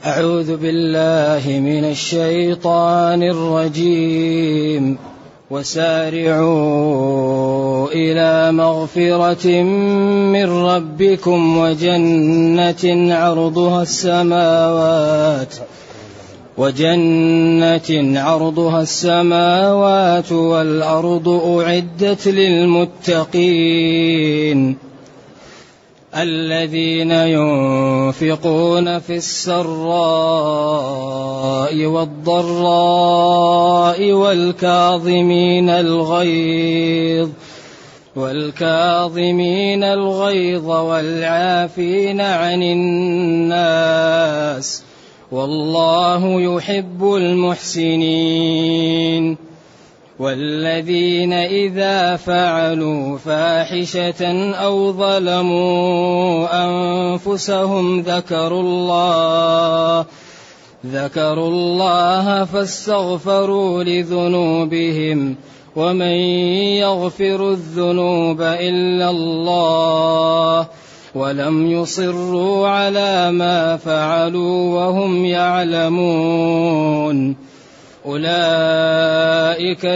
أعوذ بالله من الشيطان الرجيم. وسارعوا إلى مغفرة من ربكم وجنة عرضها السماوات والأرض أعدت للمتقين الذين ينفقون في السراء والضراء والكاظمين الغيظ والعافين عن الناس والله يحب المحسنين. والذين إذا فعلوا فاحشة أو ظلموا أنفسهم ذكروا الله فاستغفروا لذنوبهم ومن يغفر الذنوب إلا الله ولم يصروا على ما فعلوا وهم يعلمون أولئك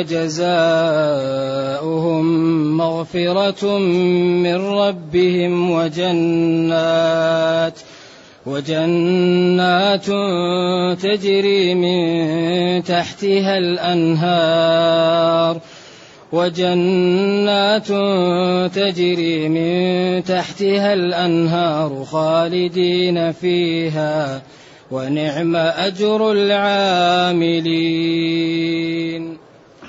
جزاؤهم مغفرة من ربهم وجنات تجري من تحتها الأنهار خالدين فيها ونعم أجر العاملين.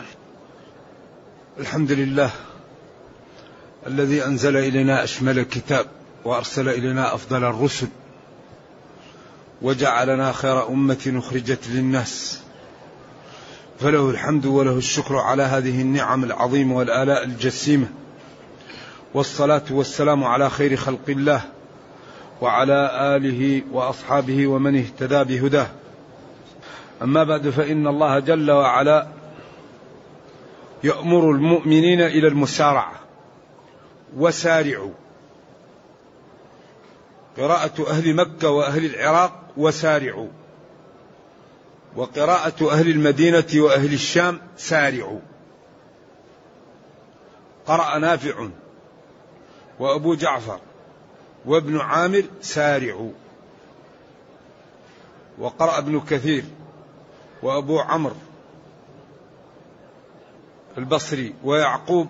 الحمد لله الذي أنزل إلينا أشمل الكتاب وأرسل إلينا أفضل الرسل وجعلنا خير أمة أخرجت للناس، فله الحمد وله الشكر على هذه النعم العظيمة والآلاء الجسيمة، والصلاة والسلام على خير خلق الله وعلى آله وأصحابه ومن اهتدى بهداه. أما بعد، فإن الله جل وعلا يأمر المؤمنين إلى المسارعة. وسارعوا، قراءة أهل مكة وأهل العراق وسارعوا، وقراءة أهل المدينة وأهل الشام سارعوا. قرأ نافع وأبو جعفر وابن عامر سارعوا، وقرأ ابن كثير وأبو عمرو البصري ويعقوب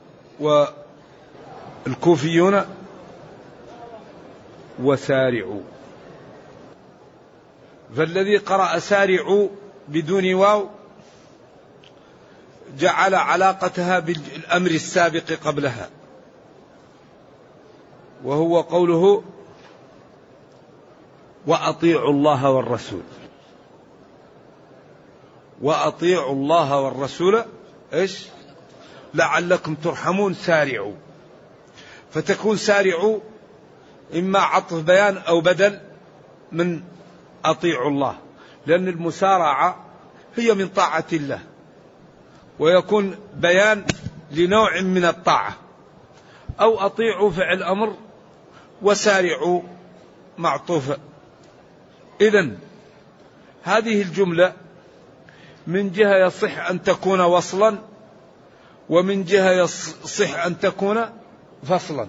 والكوفيون وسارعوا. فالذي قرأ سارعوا بدون واو جعل علاقتها بالأمر السابق قبلها، وهو قوله وأطيعوا الله والرسول. وأطيعوا الله والرسول إيش؟ لعلكم ترحمون. سارعوا، فتكون سارعوا إما عطف بيان أو بدل من أطيعوا الله، لأن المسارعة هي من طاعة الله، ويكون بيان لنوع من الطاعة. أو أطيعوا فعل أمر وسارعوا معطوفة. إذن هذه الجملة من جهة يصح أن تكون وصلا، ومن جهة يصح أن تكون فصلا.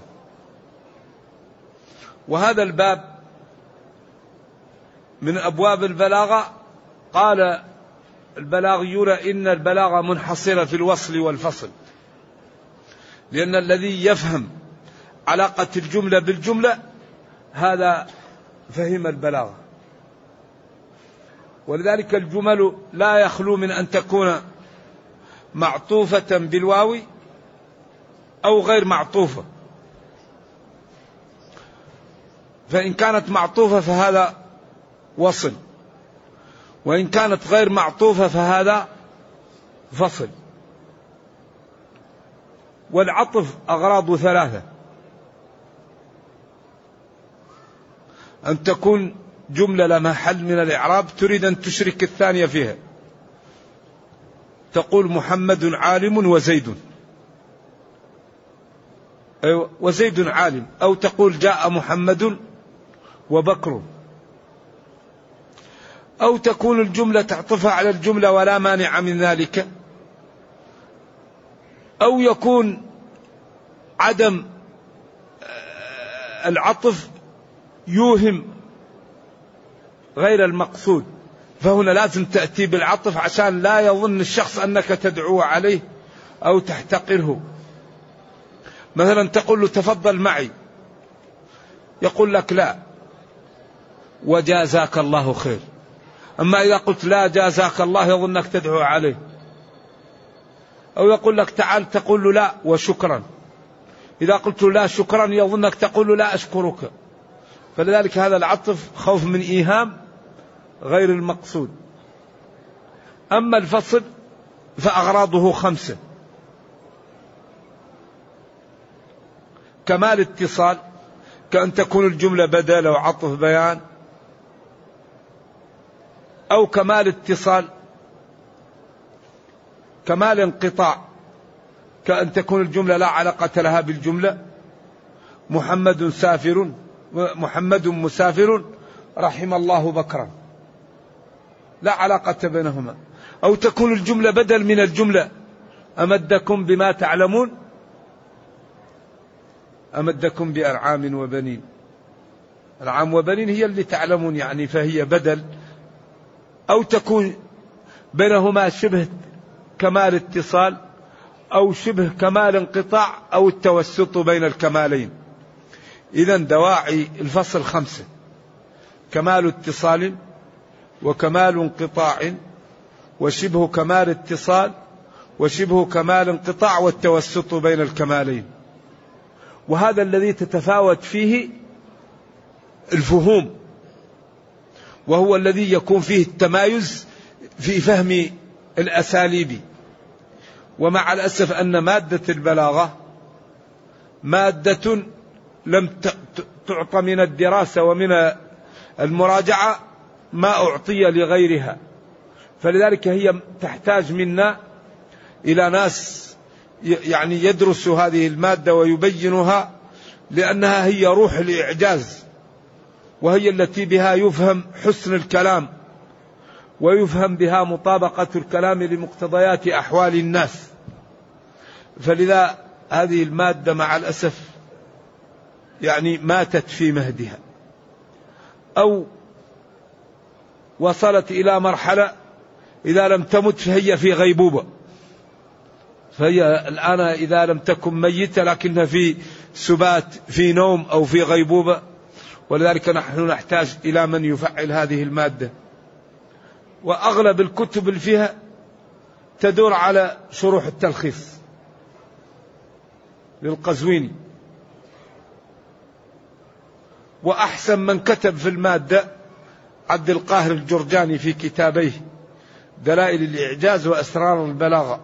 وهذا الباب من أبواب البلاغة. قال البلاغيون إن البلاغة منحصرة في الوصل والفصل، لأن الذي يفهم علاقة الجملة بالجملة هذا فهم البلاغة. ولذلك الجمل لا يخلو من أن تكون معطوفة بالواو أو غير معطوفة. فإن كانت معطوفة فهذا وصل، وإن كانت غير معطوفة فهذا فصل. والعطف أغراض ثلاثة: أن تكون جملة لا محل من الإعراب تريد أن تشرك الثانية فيها، تقول محمد عالم وزيد، وزيد عالم، أو تقول جاء محمد وبكر، أو تكون الجملة تعطفها على الجملة ولا مانع من ذلك، أو يكون عدم العطف يوهم غير المقصود، فهنا لازم تأتي بالعطف عشان لا يظن الشخص أنك تدعو عليه أو تحتقره. مثلا تقول له تفضل معي، يقول لك لا وجازاك الله خير. أما إذا قلت لا جازاك الله يظنك تدعو عليه. أو يقول لك تعال تقول له لا وشكرا، إذا قلت له لا شكرا يظنك تقول له لا أشكرك. فلذلك هذا العطف خوف من إيهام غير المقصود. أما الفصل فأغراضه 5: كمال اتصال، كأن تكون الجملة بدل أو عطف بيان، أو كمال اتصال. كمال انقطاع، كأن تكون الجملة لا علاقة لها بالجملة. محمد مسافر رحم الله بكرا، لا علاقة بينهما. أو تكون الجملة بدل من الجملة، أمدكم بما تعلمون، أمدكم بأنعام وبنين. أنعام وبنين هي اللي تعلمون يعني، فهي بدل. أو تكون بينهما شبه كمال اتصال، أو شبه كمال انقطاع، أو التوسط بين الكمالين. إذن دواعي الفصل 5: كمال اتصال، وكمال انقطاع، وشبه كمال اتصال، وشبه كمال انقطاع، والتوسط بين الكمالين. وهذا الذي تتفاوت فيه الفهوم، وهو الذي يكون فيه التمايز في فهم الأساليب. ومع الأسف أن مادة البلاغة مادة لم تعطى من الدراسة ومن المراجعة ما أعطي لغيرها، فلذلك هي تحتاج منا إلى ناس يعني يدرسوا هذه المادة ويبينها، لأنها هي روح الإعجاز، وهي التي بها يفهم حسن الكلام، ويفهم بها مطابقة الكلام لمقتضيات أحوال الناس. فلذا هذه المادة مع الأسف يعني ماتت في مهدها، أو وصلت إلى مرحلة إذا لم تمت فهي في غيبوبة. فهي الآن إذا لم تكن ميتة لكنها في سبات، في نوم، أو في غيبوبة. ولذلك نحن نحتاج إلى من يفعل هذه المادة. وأغلب الكتب اللي فيها تدور على شروح التلخيص للقزويني. وأحسن من كتب في المادة عبد القاهر الجرجاني في كتابيه دلائل الإعجاز وأسرار البلاغة،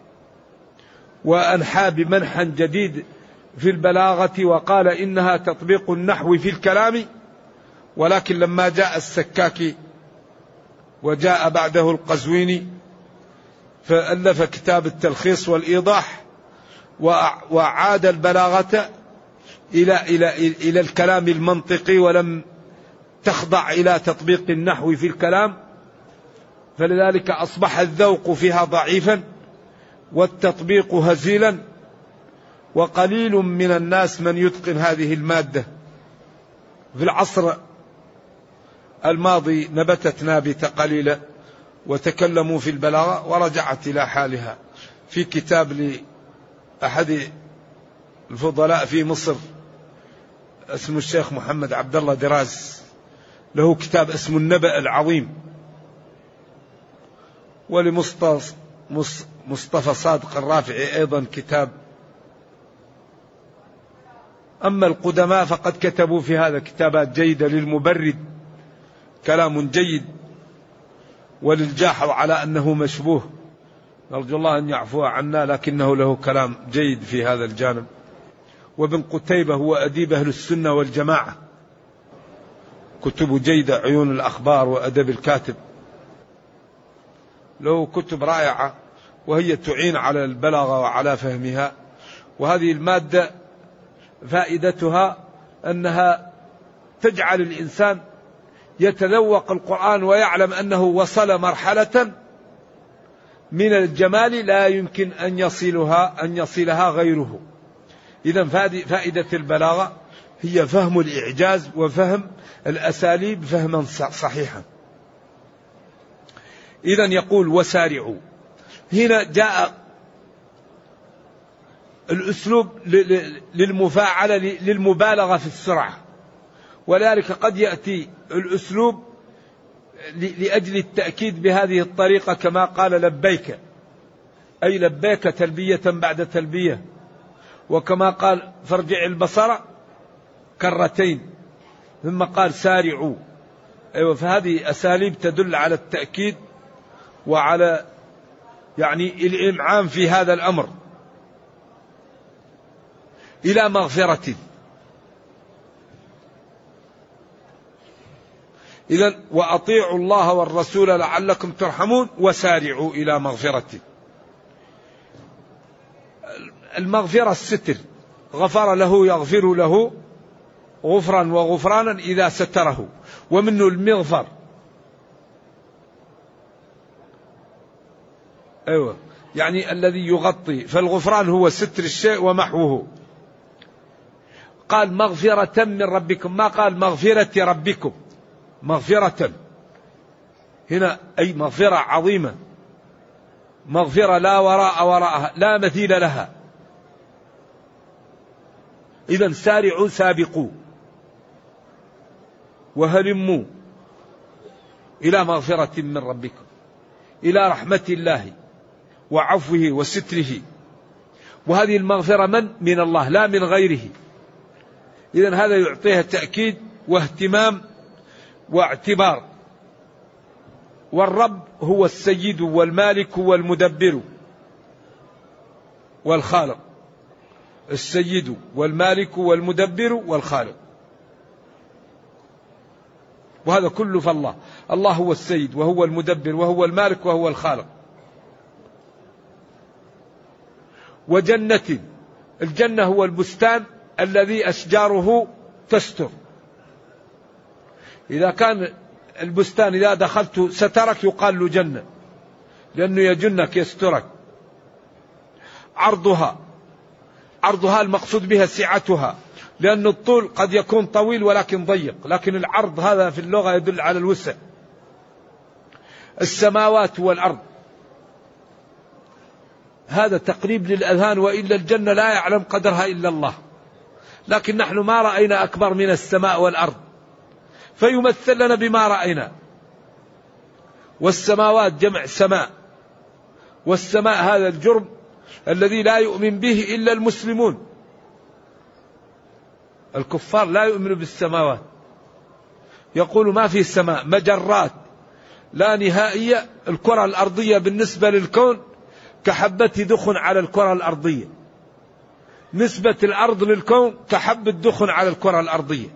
وأنحى بمنحى جديد في البلاغة، وقال إنها تطبيق النحو في الكلام. ولكن لما جاء السكاكي وجاء بعده القزويني فألف كتاب التلخيص والإيضاح، وعاد البلاغة إلى الكلام المنطقي، ولم تخضع إلى تطبيق النحو في الكلام. فلذلك أصبح الذوق فيها ضعيفا والتطبيق هزيلا، وقليل من الناس من يتقن هذه المادة. في العصر الماضي نبتت نابتة قليلة وتكلموا في البلاغة ورجعت إلى حالها. في كتاب لأحد الفضلاء في مصر اسمه الشيخ محمد عبد الله دراز، له كتاب اسمه النبأ العظيم. ولمصطفى صادق الرافعي أيضا كتاب. أما القدماء فقد كتبوا في هذا كتابات جيدة. للمبرد كلام جيد، وللجاحظ على أنه مشبوه، نرجو الله أن يعفو عنا، لكنه له كلام جيد في هذا الجانب. وابن قتيبة هو أديب أهل السنة والجماعة، كتب جيدة، عيون الأخبار وأدب الكاتب، له كتب رائعة، وهي تعين على البلاغة وعلى فهمها. وهذه المادة فائدتها أنها تجعل الإنسان يتذوق القرآن ويعلم أنه وصل مرحلة من الجمال لا يمكن أن يصلها غيره. إذن فائدة البلاغة هي فهم الإعجاز وفهم الأساليب فهما صحيحا. إذن يقول وسارعوا. هنا جاء الأسلوب للمفاعلة للمبالغة في السرعة، ولذلك قد يأتي الأسلوب لأجل التأكيد بهذه الطريقة كما قال لبيك، أي لبيك تلبية بعد تلبية، وكما قال فارجع البصر كرتين، ثم قال سارعوا. أيوة، فهذه أساليب تدل على التأكيد وعلى يعني الإمعان في هذا الأمر. إلى مغفرة. إذن وأطيعوا الله والرسول لعلكم ترحمون وسارعوا إلى مغفرة. المغفرة الستر، غفر له يغفر له غفرا وغفرانا إذا ستره، ومنه المغفر. أيوة، يعني الذي يغطي، فالغفران هو ستر الشيء ومحوه. قال مغفرة من ربكم، ما قال مغفرة ربكم، مغفرة هنا أي مغفرة عظيمة، مغفرة لا وراء وراءها، لا مثيل لها. إذن سارعوا سابقوا وهلموا إلى مغفرة من ربكم، إلى رحمة الله وعفوه وستره. وهذه المغفرة من الله لا من غيره. إذن هذا يعطيها تأكيد واهتمام واعتبار. والرب هو السيد والمالك والمدبر والخالق، السيد والمالك والمدبر والخالق، وهذا كله فالله. الله هو السيد وهو المدبر وهو المالك وهو الخالق. وجنة، الجنة هو البستان الذي أشجاره تستر. إذا كان البستان إذا دخلت سترك يقال له جنة، لأنه يجنك يسترك. عرضها المقصود بها سعتها، لأن الطول قد يكون طويل ولكن ضيق، لكن العرض هذا في اللغة يدل على الوسع. السماوات والأرض، هذا تقريب للأذهان، وإلا الجنة لا يعلم قدرها إلا الله، لكن نحن ما رأينا أكبر من السماء والأرض، فيمثل لنا بما رأينا. والسماوات جمع سماء، والسماء هذا الجرم الذي لا يؤمن به إلا المسلمون. الكفار لا يؤمنوا بالسماوات، يقولوا ما في سماء، مجرات لا نهائية. الكرة الأرضية بالنسبة للكون كحبة دخن على الكرة الأرضية، نسبة الأرض للكون كحبة دخن على الكرة الأرضية.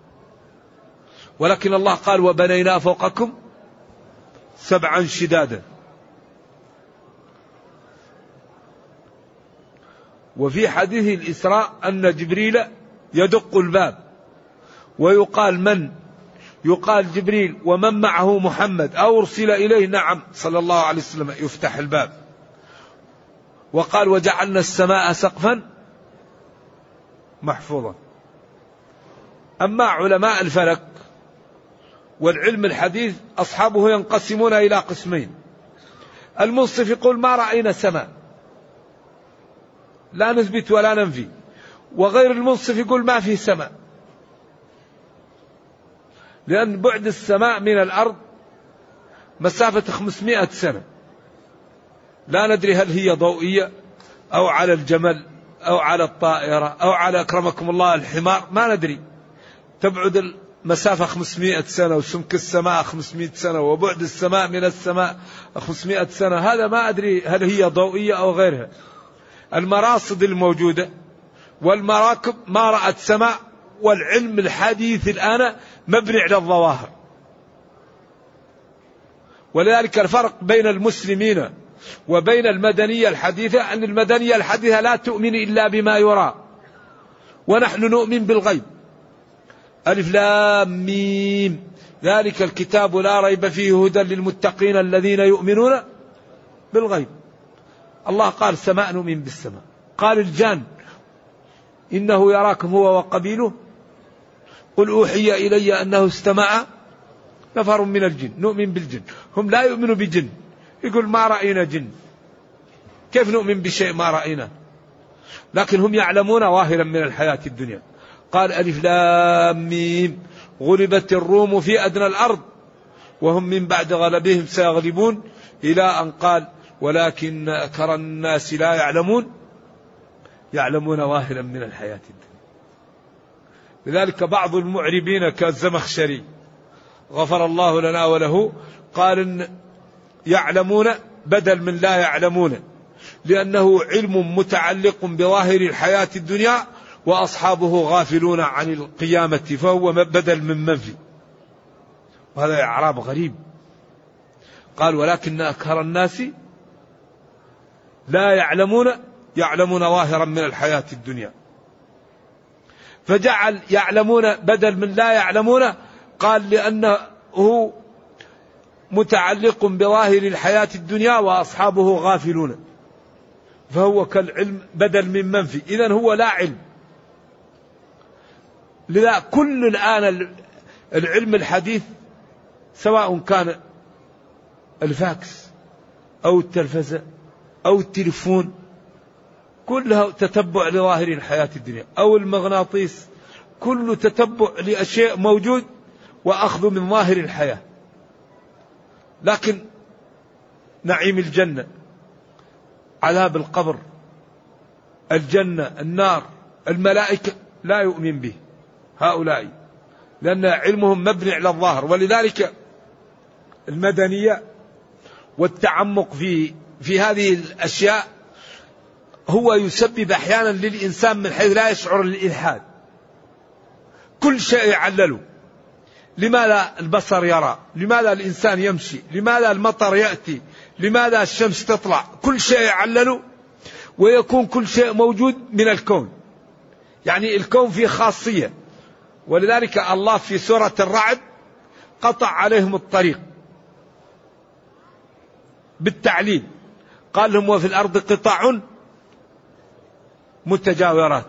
ولكن الله قال وبنينا فوقكم سبعا شدادا. وفي حديث الإسراء أن جبريل يدق الباب ويقال من؟ يقال جبريل ومن معه محمد أو أرسل إليه، نعم صلى الله عليه وسلم، يفتح الباب. وقال وجعلنا السماء سقفا محفوظا. أما علماء الفلك والعلم الحديث أصحابه ينقسمون إلى قسمين. المنصف يقول ما رأينا سماء، لا نثبت ولا ننفي. وغير المنصف يقول ما في سماء، لأن بعد السماء من الأرض مسافة 500 سنة، لا ندري هل هي ضوئية أو على الجمل أو على الطائرة أو على أكرمكم الله الحمار، ما ندري. تبعد المسافة 500 سنة، وسمك السماء 500 سنة، وبعد السماء من السماء 500 سنة. هذا ما أدري هل هي ضوئية أو غيرها. المراصد الموجودة والمراكب ما رأت سماء، والعلم الحديث الآن مبني على الظواهر. ولذلك الفرق بين المسلمين وبين المدنية الحديثة أن المدنية الحديثة لا تؤمن إلا بما يرى، ونحن نؤمن بالغيب. ألف لام ميم ذلك الكتاب لا ريب فيه هدى للمتقين الذين يؤمنون بالغيب. الله قال سماء نؤمن بالسماء. قال الجان إنه يراكم هو وقبيله قل أوحي إلي أنه استمع نفر من الجن نؤمن بالجن. هم لا يؤمنوا بجن، يقول ما رأينا جن، كيف نؤمن بشيء ما رأينا؟ لكن هم يعلمون ظاهرا من الحياة الدنيا. قال ألف لام ميم غلبت الروم في أدنى الأرض وهم من بعد غلبهم سيغلبون، إلى أن قال ولكن أكثر الناس لا يعلمون، يعلمون ظاهرا من الحياة الدنيا. لذلك بعض المعربين كالزمخشري غفر الله لنا وله قال إن يعلمون بدل من لا يعلمون، لأنه علم متعلق بظاهر الحياة الدنيا وأصحابه غافلون عن القيامة، فهو بدل من منفي، وهذا إعراب غريب. قال ولكن أكثر الناس لا يعلمون، يعلمون ظاهرا من الحياة الدنيا، فجعل يعلمون بدل من لا يعلمون. قال لأنه متعلق بظاهر الحياة الدنيا وأصحابه غافلون، فهو كالعلم بدل من منفي، إذن هو لا علم. لذا كل الآن العلم الحديث سواء كان الفاكس أو التلفزة أو التلفون كلها تتبع لظاهر الحياة الدنيا، أو المغناطيس كل تتبع لأشياء موجود وأخذ من ظاهر الحياة. لكن نعيم الجنة، عذاب القبر، الجنة، النار، الملائكة لا يؤمن به هؤلاء، لأن علمهم مبني على الظاهر. ولذلك المدنية والتعمق في هذه الأشياء هو يسبب أحيانا للإنسان من حيث لا يشعر الإلحاد. كل شيء يعلله، لماذا البصر يرى، لماذا الإنسان يمشي، لماذا المطر يأتي، لماذا الشمس تطلع، كل شيء يعلله، ويكون كل شيء موجود من الكون. يعني الكون فيه خاصية، ولذلك الله في سورة الرعد قطع عليهم الطريق بالتعليل، قال لهم وفي الأرض قطع متجاورات،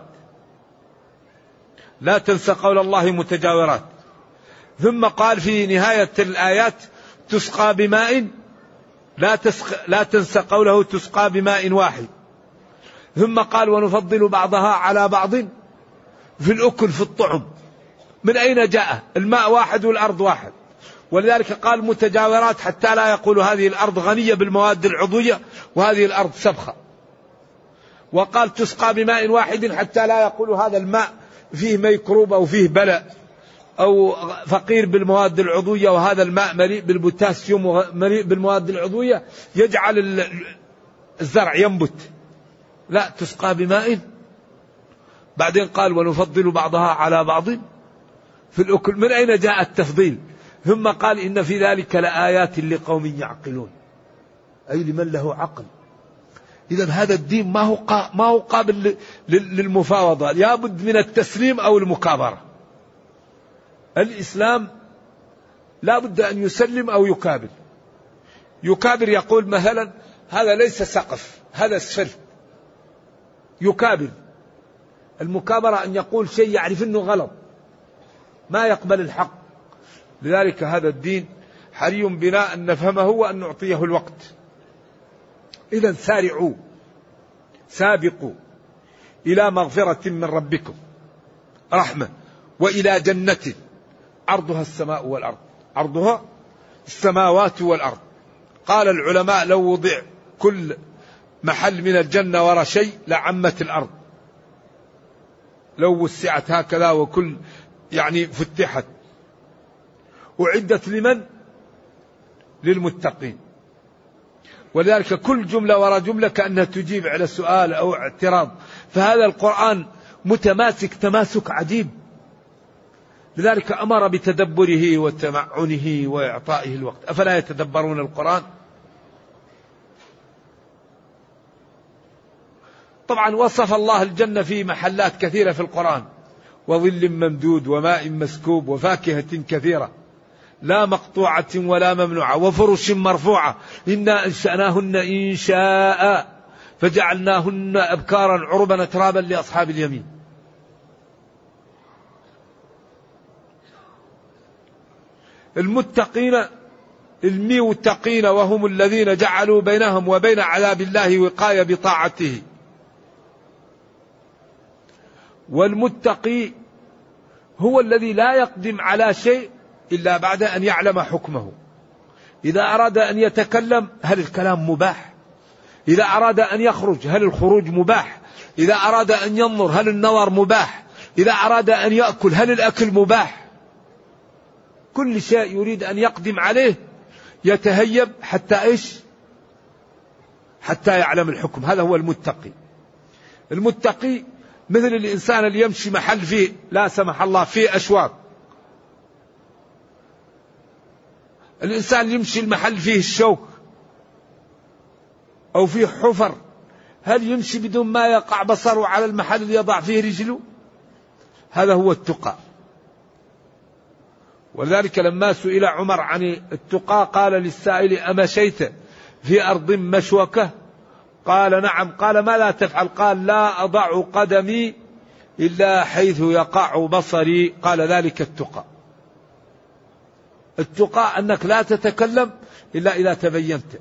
لا تنسى قول الله متجاورات. ثم قال في نهاية الآيات تسقى بماء لا تنسى قوله تسقى بماء واحد. ثم قال ونفضل بعضها على بعض في الأكل في الطعم. من أين جاء؟ الماء واحد والأرض واحد. ولذلك قال متجاورات حتى لا يقول هذه الأرض غنية بالمواد العضوية وهذه الأرض سبخة. وقال تسقى بماء واحد حتى لا يقول هذا الماء فيه ميكروب أو فيه بلاء أو فقير بالمواد العضوية وهذا الماء مليء بالبوتاسيوم ومليء بالمواد العضوية يجعل الزرع ينبت. لا، تسقى بماء. بعدين قال ونفضل بعضها على بعض في الأكل. من أين جاء التفضيل؟ ثم قال إن في ذلك لآيات لقوم يعقلون، أي لمن له عقل. إذن هذا الدين ما هو قابل للمفاوضة، لابد من التسليم أو المكابرة. الإسلام لابد أن يسلم أو يكابر. يكابر يقول مثلا هذا ليس سقف، هذا السفل، يكابر. المكابرة أن يقول شيء يعرف أنه غلط، ما يقبل الحق. لذلك هذا الدين حري بنا أن نفهمه وأن نعطيه الوقت. إذن سارعوا، سابقوا إلى مغفرة من ربكم رحمة وإلى جنة عرضها السماء والأرض، عرضها السماوات والأرض. قال العلماء لو وضع كل محل من الجنة وراء شيء لعمت الأرض، لو وسعت هكذا وكل يعني فتحت. أعدت لمن؟ للمتقين. ولذلك كل جملة وراء جملة كأنها تجيب على سؤال أو اعتراض. فهذا القرآن متماسك تماسك عجيب. لذلك أمر بتدبره وتمعنه وإعطائه الوقت. أفلا يتدبرون القرآن؟ طبعا وصف الله الجنة في محلات كثيرة في القرآن، وظل ممدود وماء مسكوب وفاكهة كثيرة لا مقطوعة ولا ممنوعة وفرش مرفوعة إنا أنشأناهن إنشاء فجعلناهن أبكارا عربا أترابا لأصحاب اليمين. المتقين المتقين وهم الذين جعلوا بينهم وبين عذاب الله وقاية بطاعته. والمتقي هو الذي لا يقدم على شيء إلا بعد أن يعلم حكمه. إذا أراد أن يتكلم هل الكلام مباح؟ إذا أراد أن يخرج هل الخروج مباح؟ إذا أراد أن ينظر هل النظر مباح؟ إذا أراد أن يأكل هل الأكل مباح؟ كل شيء يريد أن يقدم عليه يتهيب حتى إيش؟ حتى يعلم الحكم. هذا هو المتقي. المتقي مثل الإنسان اللي يمشي محل فيه لا سمح الله فيه أشواك. الإنسان يمشي المحل فيه الشوك أو فيه حفر، هل يمشي بدون ما يقع بصره على المحل اللي يضع فيه رجله؟ هذا هو التقى. ولذلك لما سئل عمر عن التقى قال للسائل أمشيت في أرض مشوكة؟ قال نعم. قال ما لا تفعل؟ قال لا أضع قدمي إلا حيث يقع بصري. قال ذلك التقى. التقى أنك لا تتكلم إلا إذا تبينت،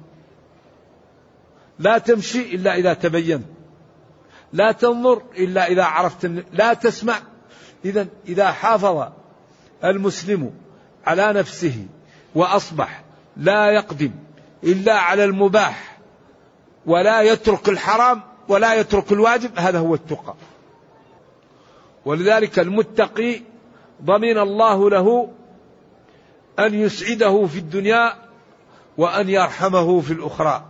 لا تمشي إلا إذا تبينت، لا تنظر إلا إذا عرفت، لا تسمع. إذا حافظ المسلم على نفسه وأصبح لا يقدم إلا على المباح ولا يترك الحرام ولا يترك الواجب، هذا هو التقى. ولذلك المتقي ضمن الله له أن يسعده في الدنيا وأن يرحمه في الأخرى.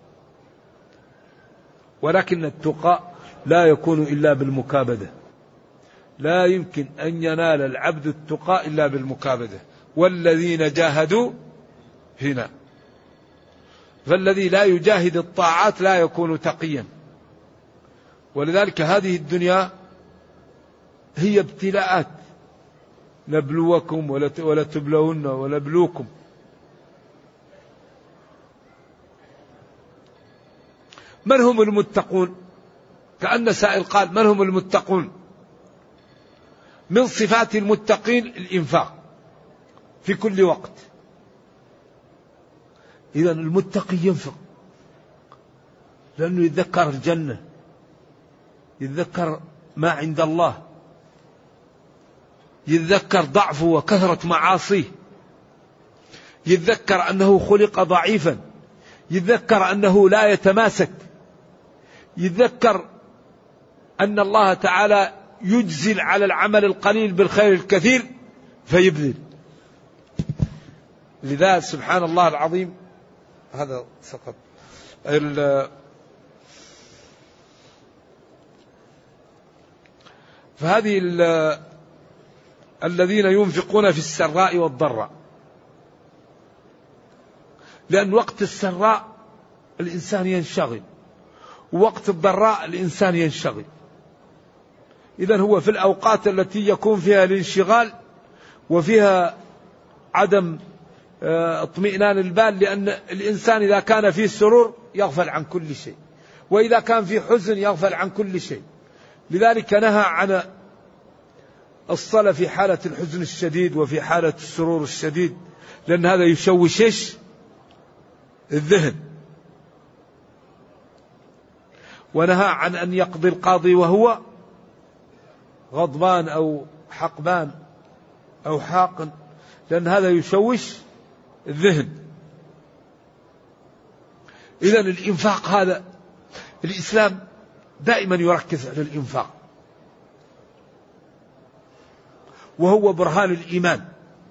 ولكن التقى لا يكون إلا بالمكابدة. لا يمكن أن ينال العبد التقى إلا بالمكابدة. والذين جاهدوا هنا. فالذي لا يجاهد الطاعات لا يكون تقيا. ولذلك هذه الدنيا هي ابتلاءات، نبلوكم ولا تبلون ونبلوكم. من هم المتقون؟ كأن سائل قال من هم المتقون؟ من صفات المتقين الإنفاق في كل وقت. إذن المتقي ينفق لأنه يتذكر الجنة، يتذكر ما عند الله، يتذكر ضعفه وكثرة معاصيه، يتذكر أنه خلق ضعيفا، يتذكر أنه لا يتماسك، يتذكر أن الله تعالى يجزل على العمل القليل بالخير الكثير فيبذل. لذا سبحان الله العظيم. هذا سقط. فهذه الذين ينفقون في السراء والضراء، لأن وقت السراء الإنسان ينشغل ووقت الضراء الإنسان ينشغل. إذن هو في الأوقات التي يكون فيها الانشغال وفيها عدم اطمئنان البال، لأن الإنسان إذا كان فيه سرور يغفل عن كل شيء، وإذا كان فيه حزن يغفل عن كل شيء. لذلك نهى عن الصلاة في حالة الحزن الشديد وفي حالة السرور الشديد، لأن هذا يشوش الذهن. ونهى عن أن يقضي القاضي وهو غضبان أو حقبان أو حاقن، لأن هذا يشوش الذهن. إذن الإنفاق هذا الإسلام دائما يركز على الإنفاق، وهو برهان الإيمان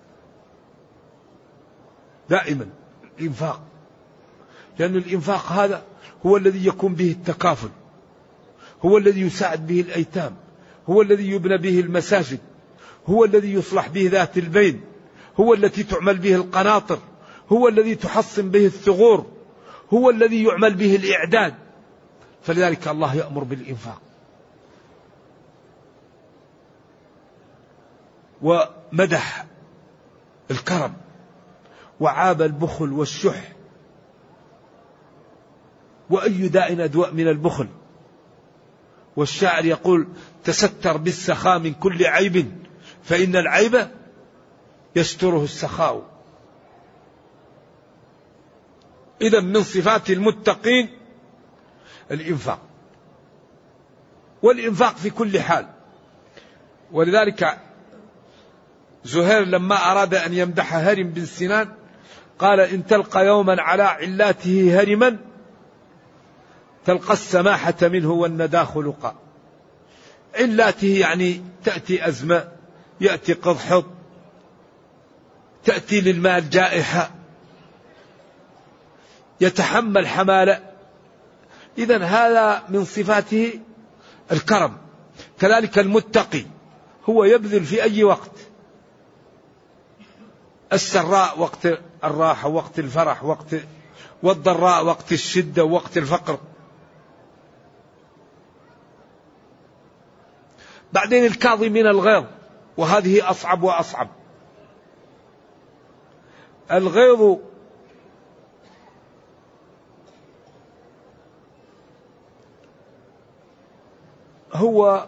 دائما الإنفاق، لأن الإنفاق هذا هو الذي يكون به التكافل، هو الذي يساعد به الأيتام، هو الذي يبنى به المساجد، هو الذي يصلح به ذات البين، هو التي تعمل به القناطر، هو الذي تحصن به الثغور، هو الذي يعمل به الإعداد. فلذلك الله يأمر بالإنفاق. ومدح الكرم وعاب البخل والشح. وأي داء أدواء من البخل. والشاعر يقول تستر بالسخاء من كل عيب فإن العيب يستره السخاء. إذا من صفات المتقين الإنفاق، والإنفاق في كل حال. ولذلك زهير لما أراد أن يمدح هرم بن سنان قال إن تلقى يوما على علاته هرما تلقى السماحة منه والندى خلقا. علاته يعني تأتي أزمة، يأتي قضحط، تأتي للمال جائحة، يتحمل حمالة. إذن هذا من صفاته الكرم. كذلك المتقي هو يبذل في أي وقت، السراء وقت الراحة، وقت الفرح، والضراء وقت الشدة، وقت الفقر. بعدين الكاظمين الغيظ، وهذه أصعب وأصعب. الغيظ هو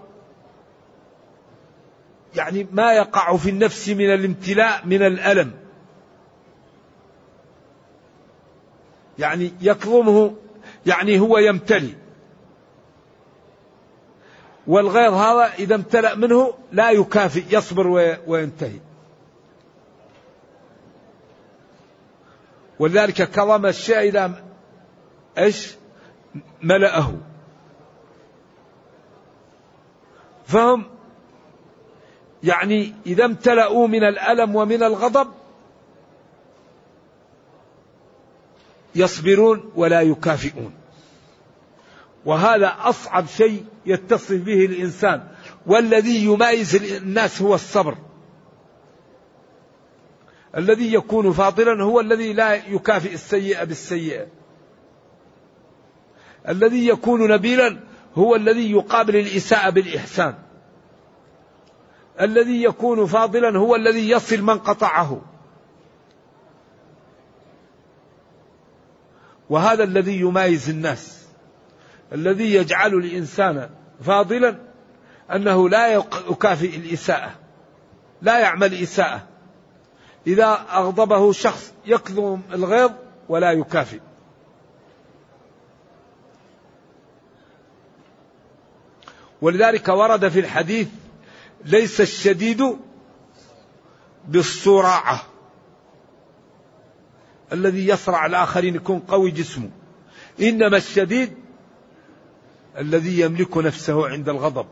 يعني ما يقع في النفس من الامتلاء من الألم، يعني يكظمه، يعني هو يمتلي. والغيظ هذا إذا امتلأ منه لا يكافئ، يصبر وينتهي. ولذلك كظم الشيء إذا ملأه. فهم يعني إذا امتلأوا من الألم ومن الغضب يصبرون ولا يكافئون. وهذا أصعب شيء يتصف به الإنسان. والذي يميز الناس هو الصبر. الذي يكون فاضلا هو الذي لا يكافئ السيئة بالسيئة. الذي يكون نبيلا هو الذي يقابل الإساءة بالإحسان. الذي يكون فاضلا هو الذي يصل من قطعه. وهذا الذي يميز الناس. الذي يجعل الإنسان فاضلا أنه لا يكافئ الإساءة، لا يعمل إساءة. إذا أغضبه شخص يكظم الغيظ ولا يكافئ. ولذلك ورد في الحديث ليس الشديد بالصراعة، الذي يصرع الآخرين يكون قوي جسمه، إنما الشديد الذي يملك نفسه عند الغضب.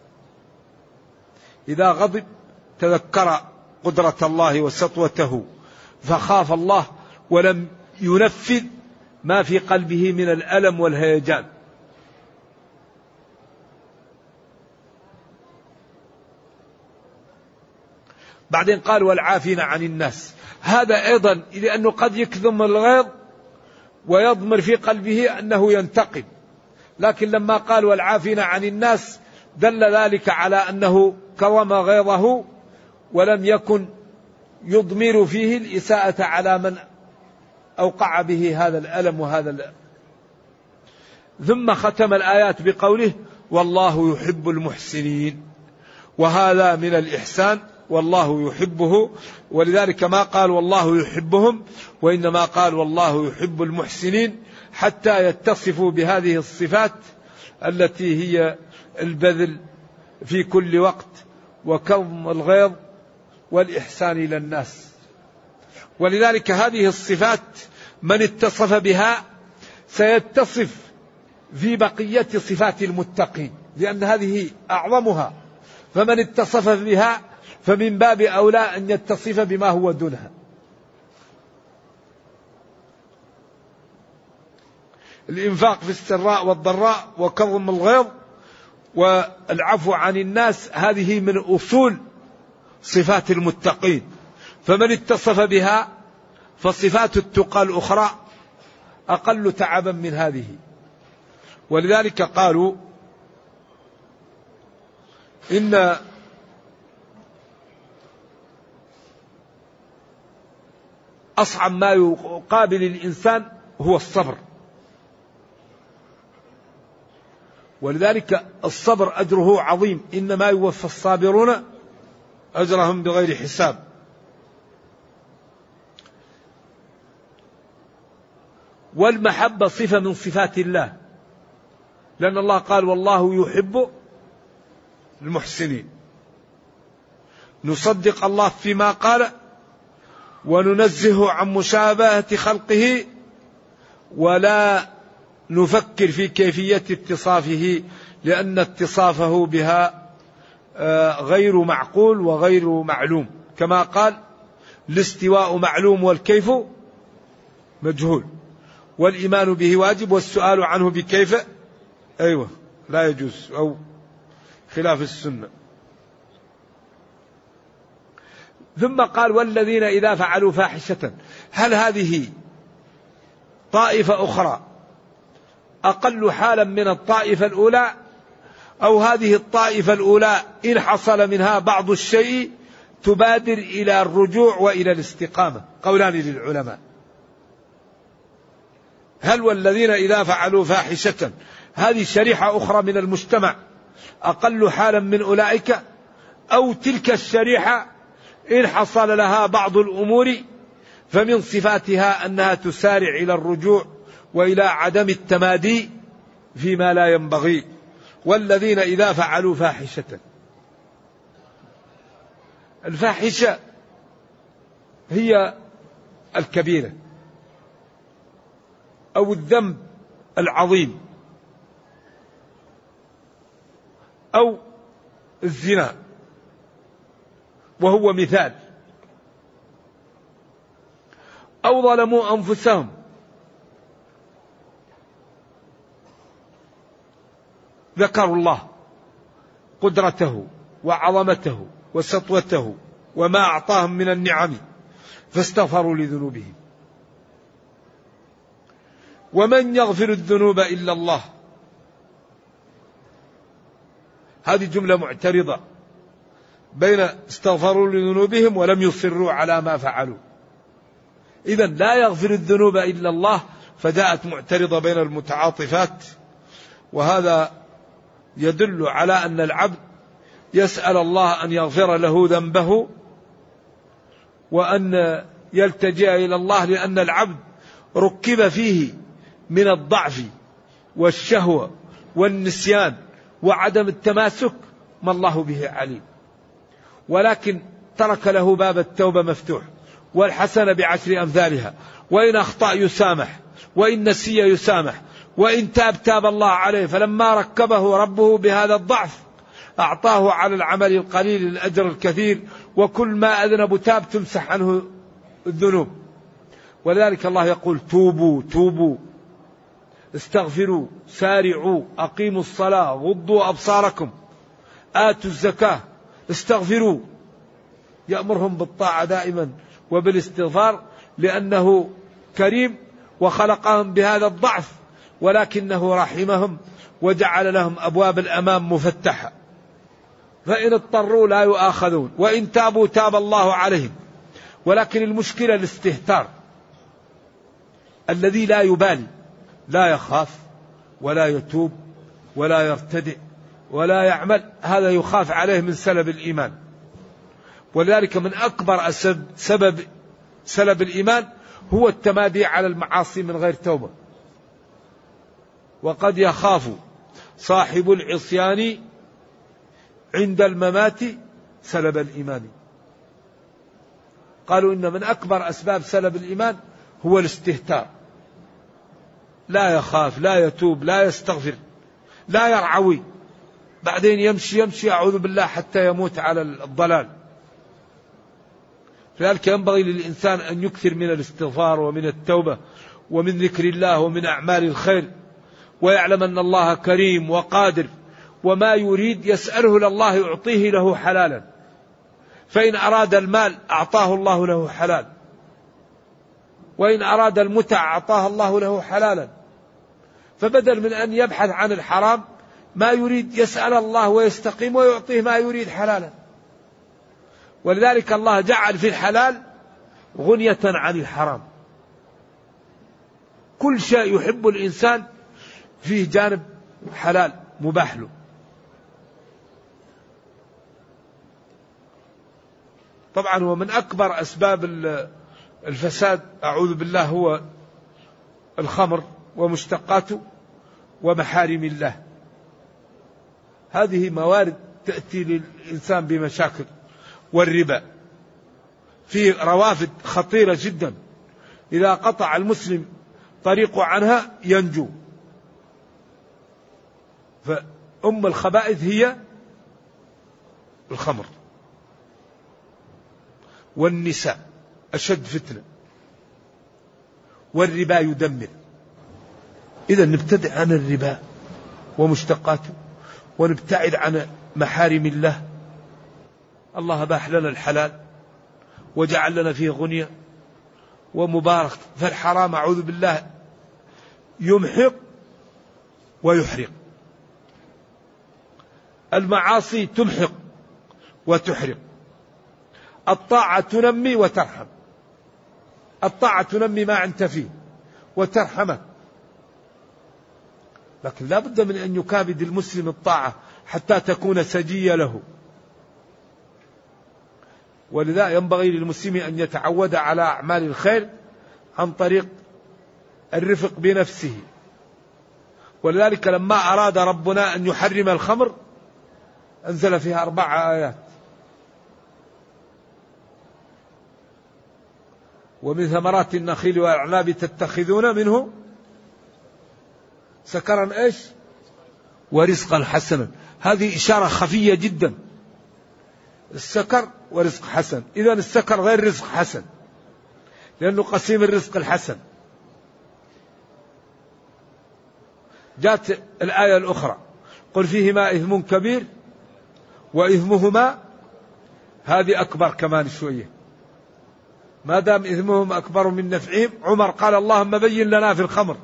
إذا غضب تذكر قدرة الله وسطوته فخاف الله ولم ينفذ ما في قلبه من الألم والهيجان. بعدين قال والعافين عن الناس. هذا أيضا لأنه قد يكظم الغيظ ويضمر في قلبه أنه ينتقم، لكن لما قال والعافين عن الناس دل ذلك على أنه كظم غيظه ولم يكن يضمر فيه الإساءة على من أوقع به هذا الألم وهذا ثم ختم الآيات بقوله والله يحب المحسنين. وهذا من الإحسان، والله يحبه. ولذلك ما قال والله يحبهم، وإنما قال والله يحب المحسنين، حتى يتصفوا بهذه الصفات التي هي البذل في كل وقت وكظم الغيظ والإحسان إلى الناس. ولذلك هذه الصفات من اتصف بها سيتصف في بقية صفات المتقين، لأن هذه أعظمها. فمن اتصف بها فمن باب أولى أن يتصف بما هو دونها. الإنفاق في السراء والضراء وكظم الغيظ والعفو عن الناس، هذه من أصول صفات المتقين. فمن اتصف بها فصفات التقى الأخرى أقل تعبا من هذه. ولذلك قالوا إن أصعب ما يقابل الإنسان هو الصبر، ولذلك الصبر أجره عظيم، إنما يوفى الصابرون أجرهم بغير حساب. والمحبة صفة من صفات الله، لأن الله قال والله يحب المحسنين. نصدق الله فيما قال وننزه عن مشابهة خلقه، ولا نفكر في كيفية اتصافه، لأن اتصافه بها غير معقول وغير معلوم، كما قال الاستواء معلوم والكيف مجهول، والإيمان به واجب والسؤال عنه بكيف لا يجوز، أو خلاف السنة. ثم قال والذين إذا فعلوا فاحشة، هل هذه طائفة أخرى أقل حالا من الطائفة الأولى، أو هذه الطائفة الأولى إن حصل منها بعض الشيء تبادر إلى الرجوع وإلى الاستقامة؟ قولان للعلماء. هل والذين إذا فعلوا فاحشة هذه شريحة أخرى من المجتمع أقل حالا من أولئك، أو تلك الشريحة إن حصل لها بعض الأمور فمن صفاتها أنها تسارع إلى الرجوع وإلى عدم التمادي فيما لا ينبغي؟ والذين إذا فعلوا فاحشة، الفاحشة هي الكبيرة أو الذنب العظيم أو الزنا، وهو مثال، أو ظلموا أنفسهم، ذكروا الله قدرته وعظمته وسطوته وما أعطاهم من النعم فاستغفروا لذنوبهم. ومن يغفر الذنوب إلا الله، هذه جملة معترضة بين استغفروا لذنوبهم ولم يصروا على ما فعلوا. إذن لا يغفر الذنوب إلا الله، فجاءت معترضة بين المتعاطفات، وهذا يدل على أن العبد يسأل الله أن يغفر له ذنبه وأن يلتجئ إلى الله، لأن العبد ركب فيه من الضعف والشهوة والنسيان وعدم التماسك ما الله به عليم، ولكن ترك له باب التوبة مفتوح، والحسنة بعشر أمثالها، وإن أخطأ يسامح، وإن نسي يسامح، وإن تاب الله عليه. فلما ركبه ربه بهذا الضعف أعطاه على العمل القليل الأجر الكثير، وكل ما أذنب تاب تمسح عنه الذنوب. ولذلك الله يقول توبوا توبوا، استغفروا، سارعوا، أقيموا الصلاة، غضوا أبصاركم، آتوا الزكاة، استغفروا. يأمرهم بالطاعة دائما وبالاستغفار، لأنه كريم وخلقهم بهذا الضعف، ولكنه رحمهم وجعل لهم أبواب الأمام مفتحة، فإن اضطروا لا يؤاخذون، وإن تابوا تاب الله عليهم. ولكن المشكلة الاستهتار، الذي لا يبالي، لا يخاف ولا يتوب ولا يرتدع ولا يعمل، هذا يخاف عليه من سلب الإيمان. ولذلك من أكبر سبب سلب الإيمان هو التمادي على المعاصي من غير توبة. وقد يخاف صاحب العصيان عند الممات سلب الإيمان. قالوا إن من أكبر أسباب سلب الإيمان هو الاستهتار، لا يخاف، لا يتوب، لا يستغفر، لا يرعوي، بعدين يمشي أعوذ بالله حتى يموت على الضلال. لذلك ينبغي للإنسان أن يكثر من الاستغفار ومن التوبة ومن ذكر الله ومن أعمال الخير، ويعلم أن الله كريم وقادر، وما يريد يسأله لله يعطيه له حلالا، فإن أراد المال أعطاه الله له حلال، وإن أراد المتع أعطاه الله له حلالا. فبدل من أن يبحث عن الحرام ما يريد يسأل الله ويستقيم ويعطيه ما يريد حلالا. ولذلك الله جعل في الحلال غنية عن الحرام. كل شيء يحب الإنسان فيه جانب حلال مباح له. طبعا هو من أكبر أسباب الفساد أعوذ بالله هو الخمر ومشتقاته ومحارم الله. هذه موارد تأتي للإنسان بمشاكل. والربا فيه روافد خطيرة جدا، إذا قطع المسلم طريقه عنها ينجو. فأم الخبائث هي الخمر، والنساء أشد فتنة، والربا يدمر. إذا نبتعد عن الربا ومشتقاته، ونبتعد عن محارم الله. الله أباح لنا الحلال وجعل لنا فيه غنية ومبارك. فالحرام أعوذ بالله يمحق ويحرق. المعاصي تمحق وتحرق. الطاعة تنمي وترحم. الطاعة تنمي ما أنت فيه وترحمه، لكن لا بد من أن يكابد المسلم الطاعة حتى تكون سجية له. ولذا ينبغي للمسلم أن يتعود على أعمال الخير عن طريق الرفق بنفسه. ولذلك لما أراد ربنا أن يحرم الخمر أنزل فيها 4 آيات: ومن ثمرات النخيل والأعناب تتخذون منه سكرا إيش ورزقا حسنا. هذه إشارة خفية جدا. السكر ورزق حسن. إذن السكر غير رزق حسن، لأنه قسيم الرزق الحسن. جاءت الآية الأخرى: قل فيهما إثم كبير وإثمهما، هذه أكبر كمان شوية، ما دام إثمهم أكبر من نفعهم. عمر قال: اللهم بين لنا في الخمر.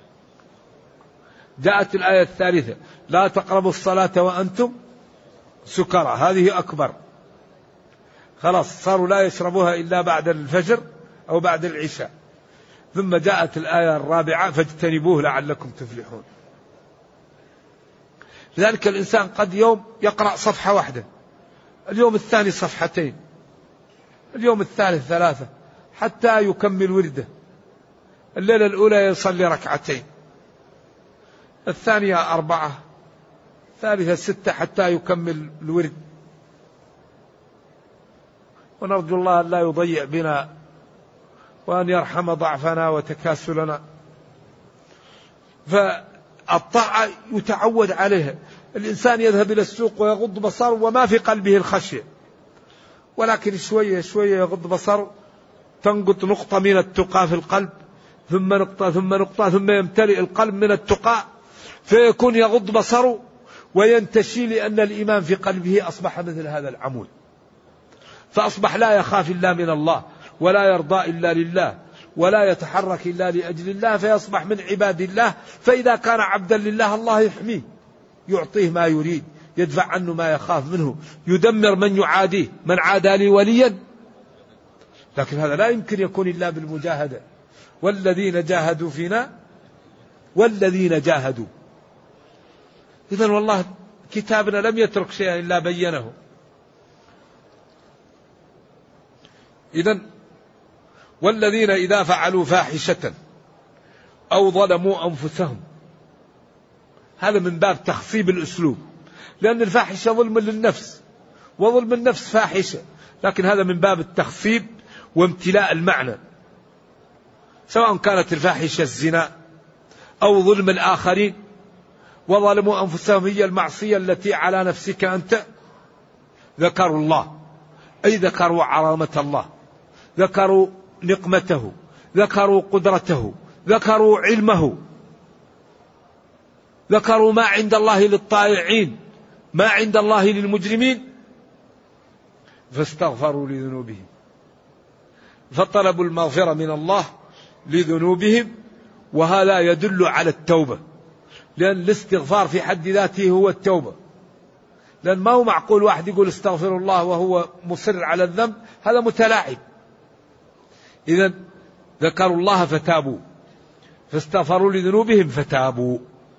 جاءت الآية الثالثة: لا تقربوا الصلاة وأنتم سكرى، هذه أكبر. خلاص صاروا لا يشربوها إلا بعد الفجر أو بعد العشاء. ثم جاءت الآية الرابعة: فاجتنبوه لعلكم تفلحون. لذلك الإنسان قد يوم يقرأ صفحة واحدة، اليوم الثاني صفحتين، اليوم الثالث 3، حتى يكمل ورده. الليلة الأولى يصلي 2 ركعتين، الثانية 4، الثالثة 6، حتى يكمل الورد. ونرجو الله أن لا يضيع بنا وأن يرحم ضعفنا وتكاسلنا. فالطاعة يتعود عليها. الإنسان يذهب إلى السوق ويغض بصره وما في قلبه الخشية، ولكن شوية شوية يغض بصره، تنقط نقطة من التقى في القلب، ثم نقطة ثم نقطة، ثم يمتلئ القلب من التقى، فيكون يغض بصره وينتشي، لأن الإيمان في قلبه أصبح مثل هذا العمود، فأصبح لا يخاف إلا من الله، ولا يرضى إلا لله، ولا يتحرك إلا لأجل الله، فيصبح من عباد الله. فإذا كان عبدا لله الله يحميه، يعطيه ما يريد، يدفع عنه ما يخاف منه، يدمر من يعاديه. من عادى لي وليا. لكن هذا لا يمكن يكون إلا بالمجاهدة. والذين جاهدوا فينا والذين جاهدوا. إذن والله كتابنا لم يترك شيئا إلا بينه. إذن والذين إذا فعلوا فاحشة أو ظلموا أنفسهم، هذا من باب تخفيف الأسلوب، لأن الفاحشة ظلم للنفس، وظلم النفس فاحشة، لكن هذا من باب التخفيف وامتلاء المعنى. سواء كانت الفاحشة الزنا أو ظلم الآخرين، وظلموا أنفسهم هي المعصية التي على نفسك أنت. ذكروا الله، أي ذكروا عظمة الله، ذكروا نقمته، ذكروا قدرته، ذكروا علمه، ذكروا ما عند الله للطائعين، ما عند الله للمجرمين، فاستغفروا لذنوبهم، فطلبوا المغفرة من الله لذنوبهم. وهذا يدل على التوبة، لأن الاستغفار في حد ذاته هو التوبة. لأن ما هو معقول واحد يقول استغفر الله وهو مصر على الذنب، هذا متلاعب. إذن ذكروا الله فتابوا، فاستغفروا لذنوبهم فتابوا.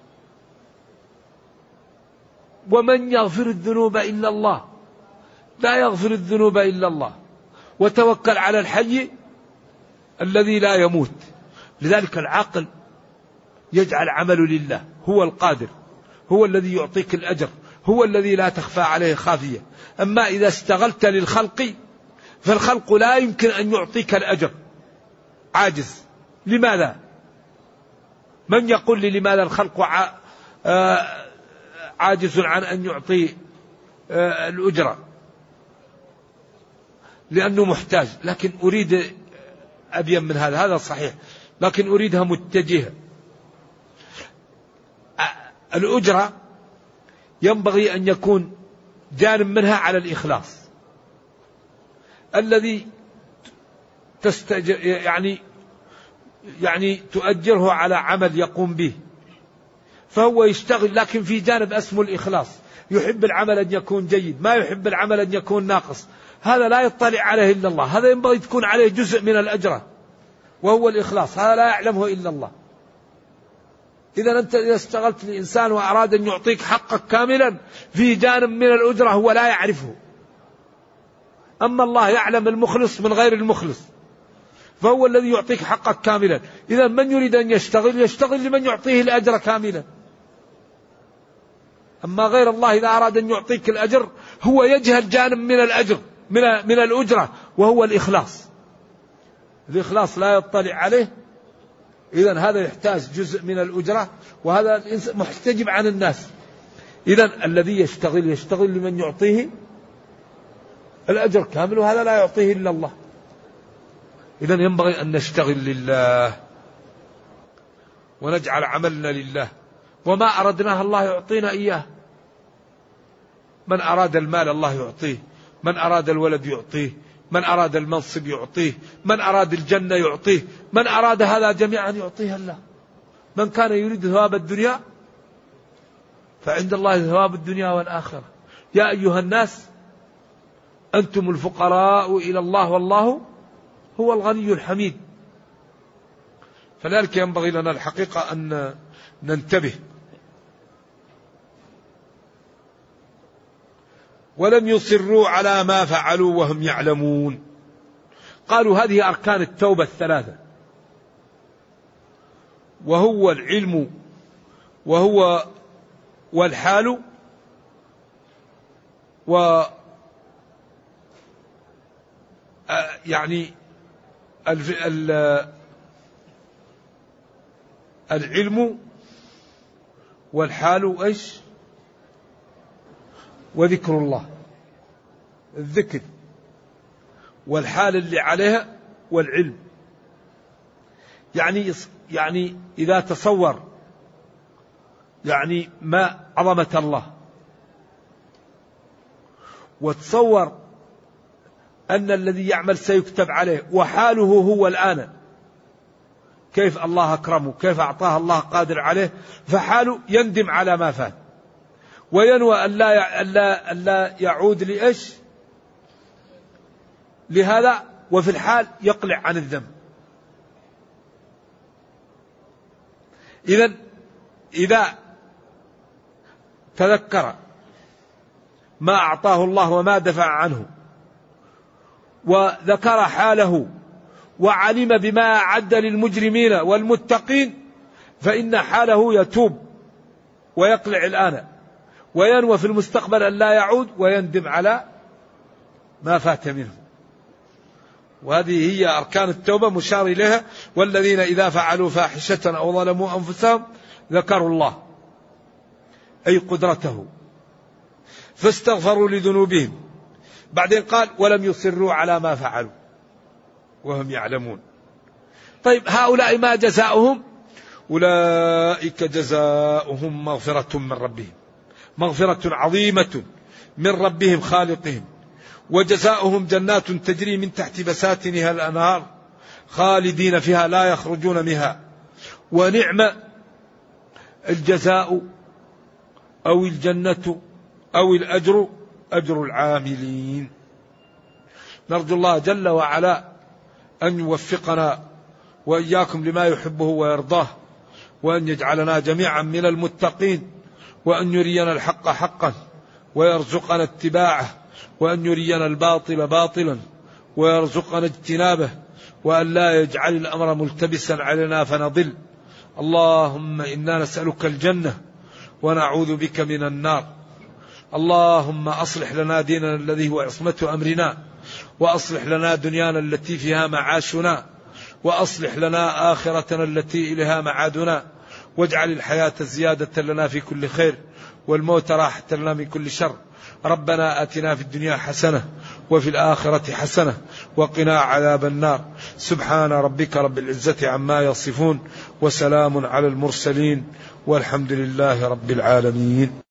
ومن يغفر الذنوب إلا الله، لا يغفر الذنوب إلا الله، وتوكل على الحي الذي لا يموت. لذلك العاقل يجعل عمله لله، هو القادر، هو الذي يعطيك الأجر، هو الذي لا تخفى عليه خافية. أما إذا استغلت للخلق فالخلق لا يمكن أن يعطيك الأجر، عاجز. لماذا؟ من يقول لي لماذا الخلق عاجز عن أن يعطي الأجرة؟ لأنه محتاج. لكن أريد أبين من هذا صحيح، لكن أريدها متجهة. الأجرة ينبغي أن يكون جانب منها على الإخلاص، الذي يعني تؤجره على عمل يقوم به، فهو يشتغل، لكن في جانب اسمه الإخلاص. يحب العمل أن يكون جيد، ما يحب العمل أن يكون ناقص. هذا لا يطلع عليه إلا الله، هذا ينبغي تكون عليه جزء من الأجر، وهو الإخلاص. هذا لا يعلمه إلا الله. إذا أنت إذا اشتغلت لإنسان وأراد أن يعطيك حقك كاملا، في جانب من الأجرة هو لا يعرفه. أما الله يعلم المخلص من غير المخلص، فهو الذي يعطيك حقك كاملا. إذا من يريد أن يشتغل لمن يعطيه الأجر كاملا. أما غير الله إذا أراد أن يعطيك الأجر هو يجهل جانب من الأجر من الأجرة، وهو الإخلاص. الإخلاص لا يطلع عليه. إذا هذا يحتاج جزء من الأجرة، وهذا محتجب عن الناس. إذا الذي يشتغل لمن يعطيه الأجر كامل، وهذا لا يعطيه إلا الله. إذا ينبغي أن نشتغل لله ونجعل عملنا لله، وما أردناه الله يعطينا إياه. من أراد المال الله يعطيه، من أراد الولد يعطيه، من أراد المنصب يعطيه، من أراد الجنة يعطيه، من أراد هذا جميعا يعطيه الله. من كان يريد ثواب الدنيا فعند الله ثواب الدنيا والآخرة. يا أيها الناس أنتم الفقراء إلى الله والله هو الغني الحميد. فلذلك ينبغي لنا الحقيقة أن ننتبه. ولم يصروا على ما فعلوا وهم يعلمون. قالوا هذه أركان التوبة الثلاثة، وهو العلم وهو والحال يعني العلم والحال ايش؟ وذكر الله، الذكر والحال اللي عليها والعلم. يعني إذا تصور يعني ما عظمة الله، وتصور أن الذي يعمل سيكتب عليه، وحاله هو الآن كيف الله أكرمه، كيف أعطاه الله قادر عليه، فحاله يندم على ما فات، وينوى أن لا يعود لإيش؟ لهذا، وفي الحال يقلع عن الذنب. إذا تذكر ما أعطاه الله وما دفع عنه، وذكر حاله، وعلم بما أعد للمجرمين والمتقين، فإن حاله يتوب ويقلع الآن، وينوى في المستقبل أن لا يعود، ويندم على ما فات منه. وهذه هي أركان التوبة مشار إليها. والذين إذا فعلوا فاحشة أو ظلموا أنفسهم ذكروا الله أي قدرته فاستغفروا لذنوبهم. بعدين قال ولم يصروا على ما فعلوا وهم يعلمون. طيب هؤلاء ما جزاؤهم؟ أولئك جزاؤهم مغفرة من ربهم، مغفرة عظيمة من ربهم خالقهم، وجزاؤهم جنات تجري من تحت بساتنها الأنهار خالدين فيها لا يخرجون منها، ونعم الجزاء أو الجنة أو الأجر أجر العاملين. نرجو الله جل وعلا أن يوفقنا وإياكم لما يحبه ويرضاه، وأن يجعلنا جميعا من المتقين، وأن يرينا الحق حقا ويرزقنا اتباعه، وأن يرينا الباطل باطلا ويرزقنا اجتنابه، وأن لا يجعل الأمر ملتبسا علينا فنضل. اللهم إنا نسألك الجنة ونعوذ بك من النار. اللهم أصلح لنا ديننا الذي هو عصمة أمرنا، وأصلح لنا دنيانا التي فيها معاشنا، وأصلح لنا آخرتنا التي إليها معادنا، واجعل الحياة زيادة لنا في كل خير، والموت راحة لنا من كل شر. ربنا آتنا في الدنيا حسنة وفي الآخرة حسنة وقنا عذاب النار. سبحان ربك رب العزة عما يصفون، وسلام على المرسلين، والحمد لله رب العالمين.